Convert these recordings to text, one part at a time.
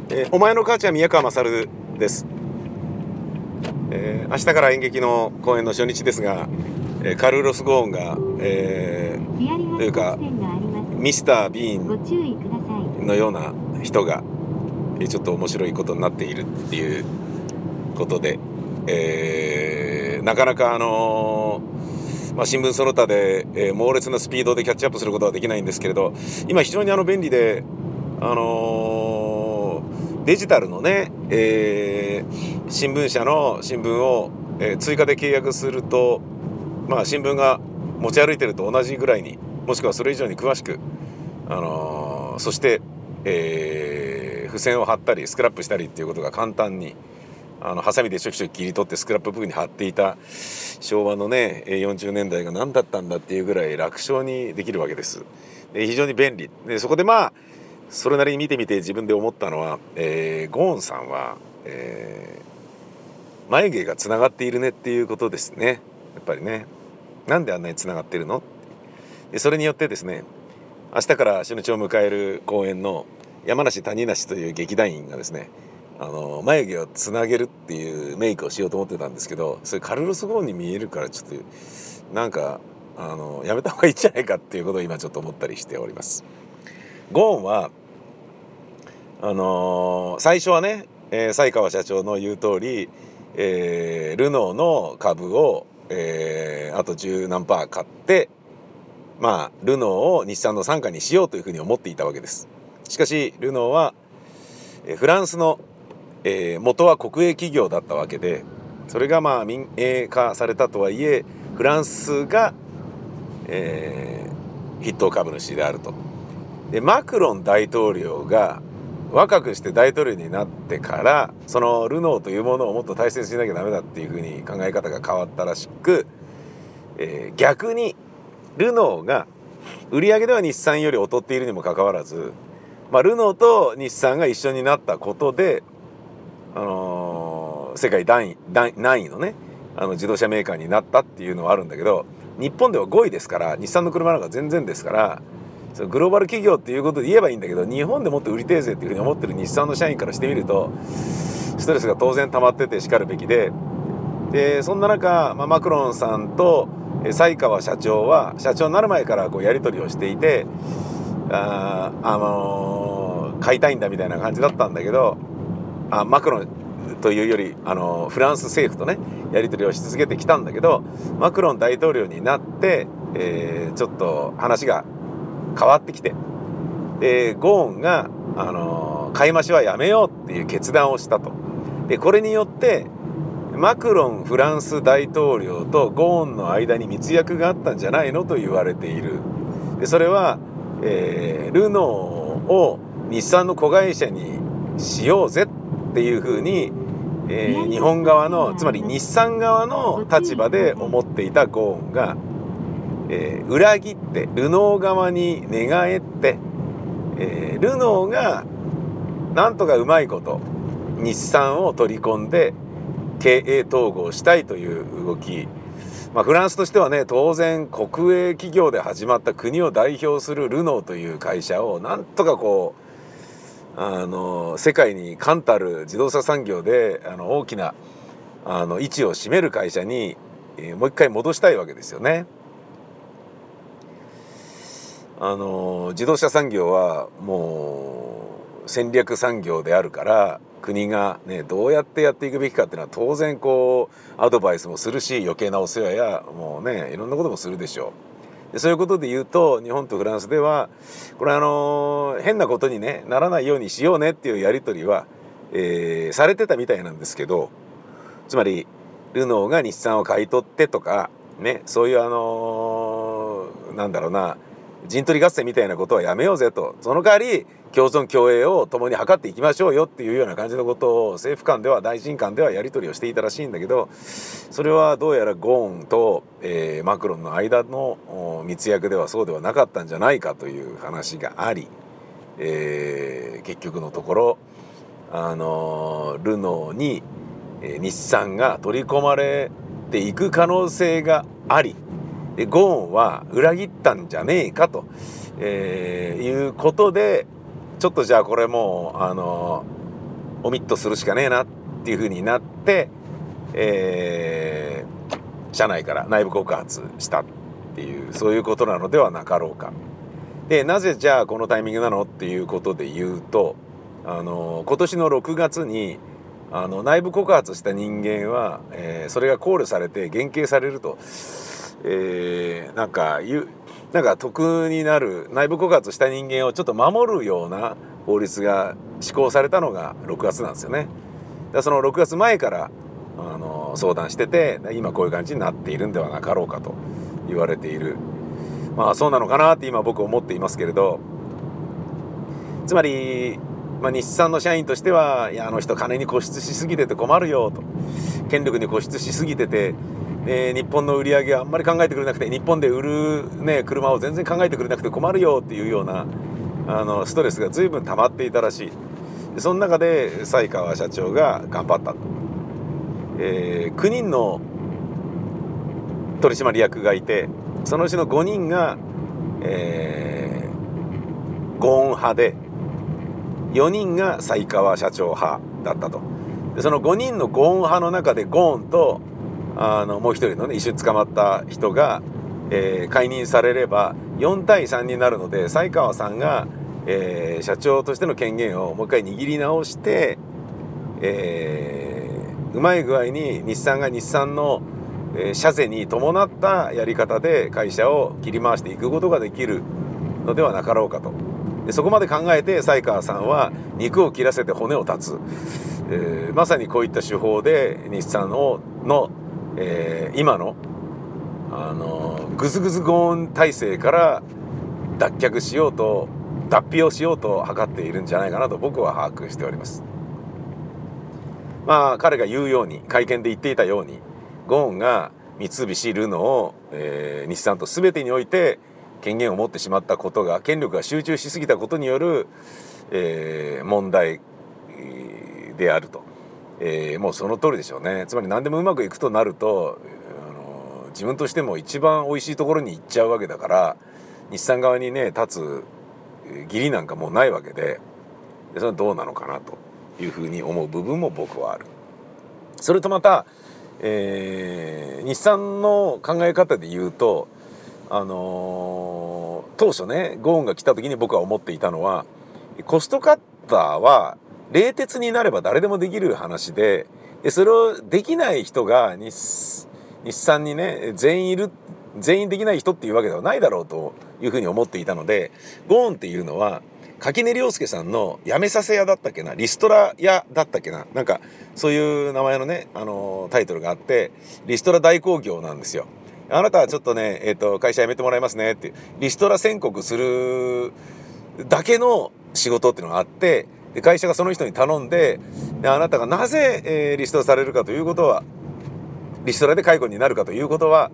お前の母ちゃん宮川勝です。明日から演劇の公演の初日ですが、カルロス・ゴーンが、というかミスター・ビーンのような人が、ちょっと面白いことになっているっていうことで、なかなか新聞その他で、猛烈なスピードでキャッチアップすることはできないんですけれど、今非常に便利で、デジタルのね、新聞社の新聞を、追加で契約すると、新聞が持ち歩いてると同じぐらいに、もしくはそれ以上に詳しく、そして、付箋を貼ったりスクラップしたりっていうことが簡単にハサミでちょきちょき切り取ってスクラップ部分に貼っていた昭和のね40年代が何だったんだっていうぐらい楽勝にできるわけです。非常に便利で、そこでそれなりに見てみて自分で思ったのは、ゴーンさんは、眉毛がつながっているねっていうことですね。やっぱりね、なんであんなにつながってるの。でそれによってですね、明日から初日を迎える公演の山梨谷梨という劇団員がですね、眉毛をつなげるっていうメイクをしようと思ってたんですけど、それカルロス・ゴーンに見えるからちょっとなんかやめた方がいいんじゃないかっていうことを今ちょっと思ったりしております。ゴーンは最初はね、西川社長の言う通り、ルノーの株を、あと十何パー買って、ルノーを日産の傘下にしようというふうに思っていたわけです。しかしルノーは、フランスの、元は国営企業だったわけで、それが民営化されたとはいえフランスが、筆頭株主であると。でマクロン大統領が若くして大統領になってから、そのルノーというものをもっと大切にしなきゃダメだっていうふうに考え方が変わったらしく、逆にルノーが売上では日産より劣っているにもかかわらず、ルノーと日産が一緒になったことで、世界何位のね自動車メーカーになったっていうのはあるんだけど、日本では5位ですから、日産の車なんか全然ですから、そのグローバル企業っていうことで言えばいいんだけど、日本でもっと売りてえぜっていうふうに思ってる日産の社員からしてみるとストレスが当然溜まっててしかるべきで、そんな中、マクロンさんと西川社長は社長になる前からやり取りをしていて、買いたいんだみたいな感じだったんだけど、マクロンというよりフランス政府とねやり取りをし続けてきたんだけど、マクロン大統領になって、ちょっと話が変わってきて、ゴーンが買い増しはやめようっていう決断をしたと。でこれによってマクロンフランス大統領とゴーンの間に密約があったんじゃないのと言われている。でそれは、ルノーを日産の子会社にしようぜっていうふうに、日本側のつまり日産側の立場で思っていたゴーンが、裏切ってルノー側に寝返って、ルノーがなんとかうまいこと日産を取り込んで経営統合したいという動き、フランスとしてはね、当然国営企業で始まった国を代表するルノーという会社をなんとか世界に冠たる自動車産業で大きな位置を占める会社に、もう一回戻したいわけですよね。自動車産業はもう戦略産業であるから、国がねどうやってやっていくべきかっていうのは当然アドバイスもするし、余計なお世話やもうねいろんなこともするでしょう。でそういうことで言うと、日本とフランスではこれ変なことにねならないようにしようねっていうやり取りは、されてたみたいなんですけど、つまりルノーが日産を買い取ってとかね、そういうなんだろうな、陣取り合戦みたいなことはやめようぜと、その代わり共存共栄を共に図っていきましょうよっていうような感じのことを政府間では大臣間ではやり取りをしていたらしいんだけど、それはどうやらゴーンと、マクロンの間の密約ではそうではなかったんじゃないかという話があり、結局のところルノーに日産が取り込まれていく可能性があり、ゴーンは裏切ったんじゃねえかと、いうことで、ちょっとじゃあこれもオミットするしかねえなっていう風になって、社内から内部告発したっていう、そういうことなのではなかろうか。でなぜじゃあこのタイミングなのっていうことで言うと、今年の6月に内部告発した人間は、それが考慮されて減刑されると、なんか得になる、内部告発した人間をちょっと守るような法律が施行されたのが6月なんですよね。だからその6月前から相談してて、今こういう感じになっているんではなかろうかと言われている。まあそうなのかなって今僕思っていますけれど、つまり、日産の社員としては、いやあの人金に固執しすぎてて困るよと、権力に固執しすぎてて、日本の売り上げはあんまり考えてくれなくて、日本で売る、車を全然考えてくれなくて困るよっていうようなストレスが随分溜まっていたらしい。でその中で犀川社長が頑張ったと、9人の取締役がいて、そのうちの5人が、ゴーン派で4人が犀川社長派だったと。でその5人のゴーン派の中でゴーンともう一人のね一緒に捕まった人が、解任されれば4対3になるので、犀川さんが、社長としての権限をもう一回握り直して、うまい具合に日産が日産の社是に伴ったやり方で会社を切り回していくことができるのではなかろうかと。でそこまで考えて犀川さんは肉を切らせて骨を断つ、まさにこういった手法で日産の、今のグズグズゴーン体制から脱却しようと、脱皮をしようと図っているんじゃないかなと僕は把握しております。彼が言うように、会見で言っていたように、ゴーンが三菱ルノを、日産と全てにおいて権限を持ってしまったことが、権力が集中しすぎたことによる、問題であると、もうその通りでしょうね。つまり何でもうまくいくとなると、自分としても一番美味しいところに行っちゃうわけだから、日産側にね立つ義理なんかもうないわけで、それはどうなのかなというふうに思う部分も僕はある。それとまた、日産の考え方で言うと、当初ねゴーンが来た時に僕は思っていたのは、コストカッターは冷徹になれば誰でもできる話で、それをできない人が日産にね全員できない人っていうわけではないだろうというふうに思っていたので、ゴーンっていうのは垣根涼介さんのやめさせ屋だったっけな、リストラ屋だったっけな、なんかそういう名前のね、タイトルがあって、リストラ代行業なんですよ。あなたはちょっとね、会社辞めてもらいますねってリストラ宣告するだけの仕事っていうのがあって、で会社がその人に頼んで、あなたがなぜ、リストラされるかということは、リストラで解雇になるかということは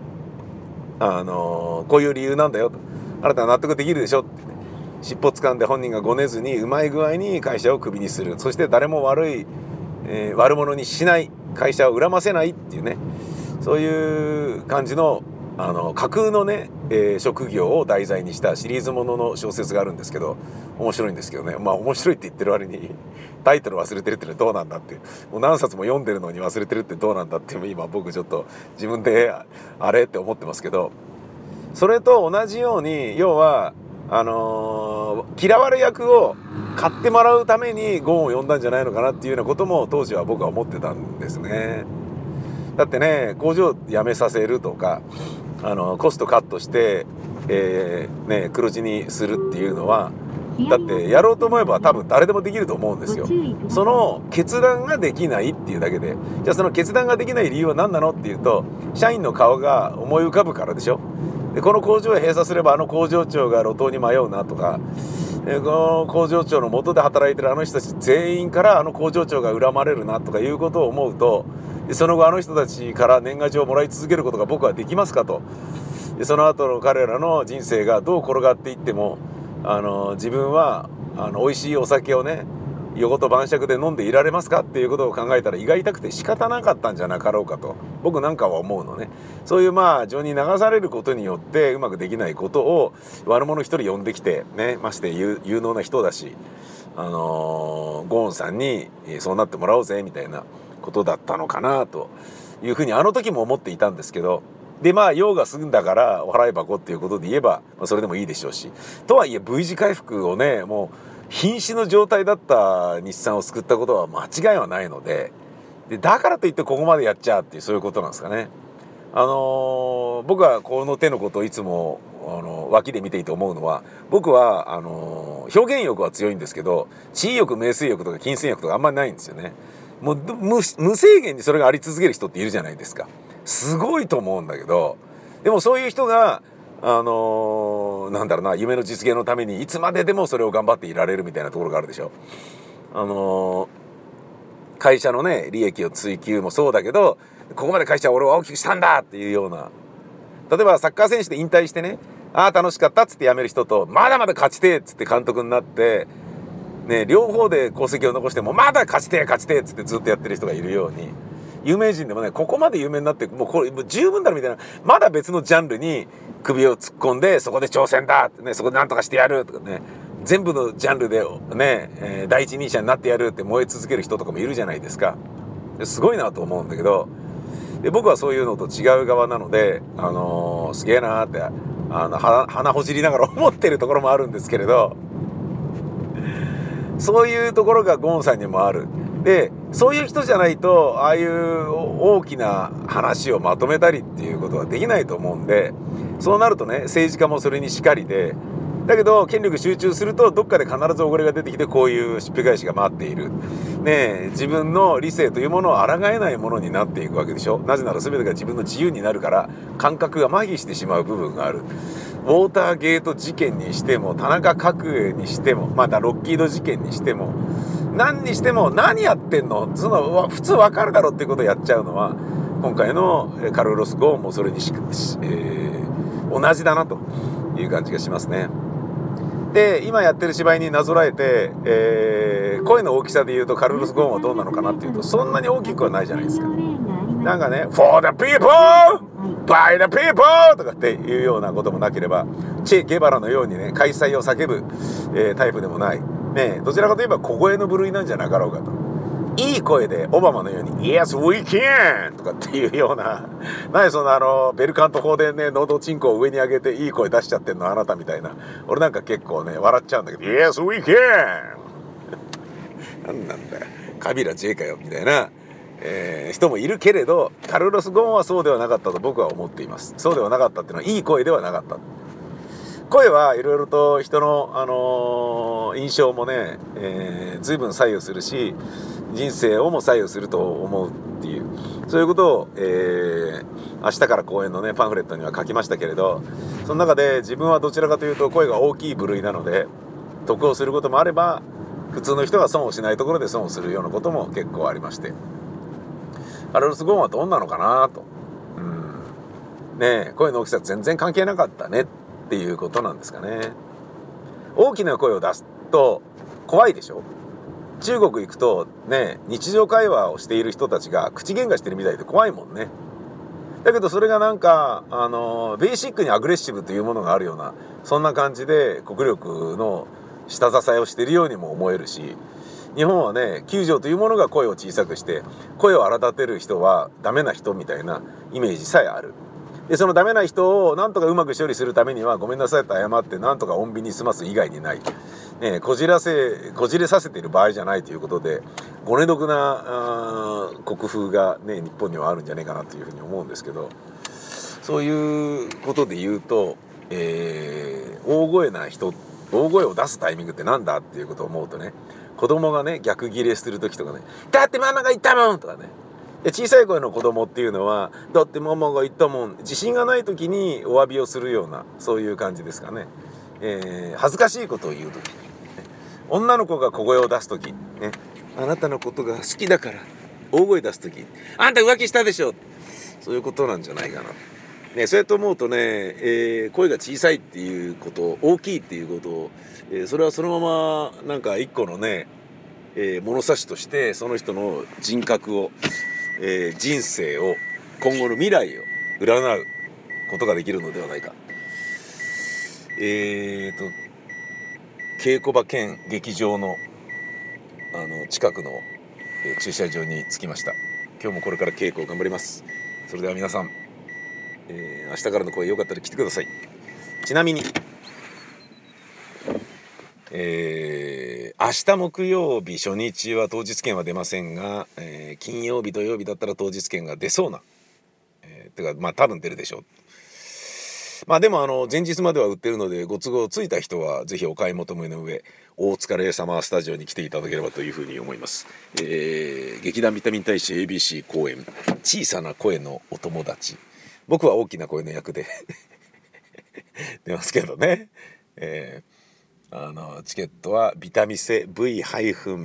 こういう理由なんだよと、あなたは納得できるでしょって、尻尾掴んで本人がごねずにうまい具合に会社をクビにする、そして誰も悪者にしない、会社を恨ませないっていうね、そういう感じの架空のね、職業を題材にしたシリーズものの小説があるんですけど、面白いんですけどね、面白いって言ってる割にタイトル忘れてるってどうなんだって、もう何冊も読んでるのに忘れてるってどうなんだって今僕ちょっと自分であれって思ってますけど、それと同じように、要は嫌われ役を買ってもらうためにゴーンを呼んだんじゃないのかなっていうようなことも当時は僕は思ってたんですね。だってね、工場辞めさせるとかコストカットして、黒字にするっていうのは、だってやろうと思えば多分誰でもできると思うんですよ。その決断ができないっていうだけで、じゃあその決断ができない理由は何なのっていうと、社員の顔が思い浮かぶからでしょ。でこの工場を閉鎖すれば工場長が路頭に迷うなとか、この工場長の下で働いてる人たち全員から工場長が恨まれるなとかいうことを思うと、その後人たちから年賀状をもらい続けることが僕はできますかと。でその後の彼らの人生がどう転がっていっても自分は美味しいお酒をね夜と晩酌で飲んでいられますかっていうことを考えたら、胃が痛くて仕方なかったんじゃなかろうかと僕なんかは思うのね。そういう情に流されることによってうまくできないことを悪者一人呼んできてね、まして有能な人だし、 ゴーンさんにそうなってもらおうぜみたいなことだったのかなというふうにあの時も思っていたんですけど、でまあ用が済んだからお払い箱っていうことで言えば、それでもいいでしょうし、とはいえ V 字回復をねもう瀕死の状態だった日産を救ったことは間違いはないので、だからといってここまでやっちゃうっていう、そういうことなんですかね。僕はこの手のことをいつも脇で見ていて思うのは、僕は表現欲は強いんですけど、地位欲名声欲とか金銭欲とかあんまりないんですよね。もう無制限にそれがあり続ける人っているじゃないですか。すごいと思うんだけど、でもそういう人がなんだろうな、夢の実現のためにいつまででもそれを頑張っていられるみたいなところがあるでしょ。会社のね利益を追求もそうだけど、ここまで会社は俺を大きくしたんだっていうような、例えばサッカー選手で引退してね、ああ楽しかったっつって辞める人と、まだまだ勝ちてえっつって監督になってね、両方で功績を残してもまだ勝ちてえ勝ちてえっつってずっとやってる人がいるように、有名人でもね、ここまで有名になってもうこれもう十分だろみたいな、まだ別のジャンルに首を突っ込んで、そこで挑戦だってね、そこでなんとかしてやるとかね、全部のジャンルでね、第一人者になってやるって燃え続ける人とかもいるじゃないですか。すごいなと思うんだけど、で僕はそういうのと違う側なので、すげえなーって鼻ほじりながら思ってるところもあるんですけれど、そういうところがゴーンさんにもある。でそういう人じゃないとああいう大きな話をまとめたりっていうことはできないと思うんで、そうなるとね政治家もそれにしかりで、だけど権力集中するとどっかで必ずおごりが出てきて、こういうしっぺ返しが待っている、ね、自分の理性というものを抗えないものになっていくわけでしょ。なぜなら全てが自分の自由になるから感覚が麻痺してしまう部分がある。ウォーターゲート事件にしても田中角栄にしても、またロッキード事件にしても何にしても、何やってんの、その普通わかるだろっていうことをやっちゃうのは、今回のカルロス・ゴーンもそれに同じだなという感じがしますね。で今やってる芝居になぞらえて、声の大きさでいうとカルロス・ゴーンはどうなのかなっていうと、そんなに大きくはないじゃないですか。なんかね「For the people! By the people!」とかっていうようなこともなければ、チェ・ゲバラのようにね開催を叫ぶ、タイプでもない、ね、どちらかといえば小声の部類なんじゃなかろうかと。いい声でオバマのように「Yes we can!」とかっていうような、何そのベルカント法でね喉チンコを上に上げていい声出しちゃってんのあなたみたいな、俺なんか結構ね笑っちゃうんだけど「Yes we can!」なんなんだよカビラ J かよみたいな、人もいるけれど、カルロス・ゴーンはそうではなかったと僕は思っています。そうではなかったっていうのは、いい声ではなかった。声はいろいろと人の、印象もね、随分左右するし、人生をも左右すると思うっていう、そういうことを、明日から公演のねパンフレットには書きましたけれど、その中で自分はどちらかというと声が大きい部類なので、得をすることもあれば普通の人が損をしないところで損をするようなことも結構ありまして、カルロス・ゴーンはどんなのかなと、ねえ、声の大きさ全然関係なかったねっていうことなんですかね。大きな声を出すと怖いでしょ。中国行くとね、日常会話をしている人たちが口喧嘩してるみたいで怖いもんね。だけどそれがなんかベーシックにアグレッシブというものがあるような、そんな感じで国力の下支えをしているようにも思えるし、日本はね9条というものが声を小さくして声を荒立てる人はダメな人みたいなイメージさえある。でそのダメな人をなんとかうまく処理するためには、ごめんなさいと謝ってなんとか穏便に済ます以外にない、こじれさせている場合じゃないということで、ごね得な国風がね日本にはあるんじゃないかなというふうに思うんですけど、そういうことで言うと、大声を出すタイミングってなんだっていうことを思うとね、子供がね逆ギレする時とかね「だってママが言ったもん!」とかね、で小さい声の子供っていうのは「だってママが言ったもん」、自信がない時にお詫びをするような、そういう感じですかね。恥ずかしいことを言う時、女の子が小声を出す時、ね、あなたのことが好きだから大声出す時、あんた浮気したでしょ、そういうことなんじゃないかな。ね、そうやって思うとね、声が小さいっていうこと、大きいっていうことを、それはそのままなんか一個のね、物差しとしてその人の人格を、人生を、今後の未来を占うことができるのではないか。稽古場兼劇場の近くの、駐車場に着きました。今日もこれから稽古を頑張ります。それでは皆さん、明日からの声よかったら来てください。ちなみに、明日木曜日初日は当日券は出ませんが、金曜日土曜日だったら当日券が出そうな、てかまあ多分出るでしょう。まあでも前日までは売ってるので、ご都合ついた人はぜひお買い求めの上、大疲れ様スタジオに来ていただければというふうに思います。劇団ビタミン大使 ABC 公演、小さな声のお友達、僕は大きな声の役で出ますけどね。チケットはビタミセ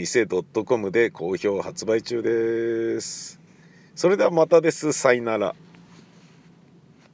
v-mise.com で好評発売中です。それではまたです。さよなら。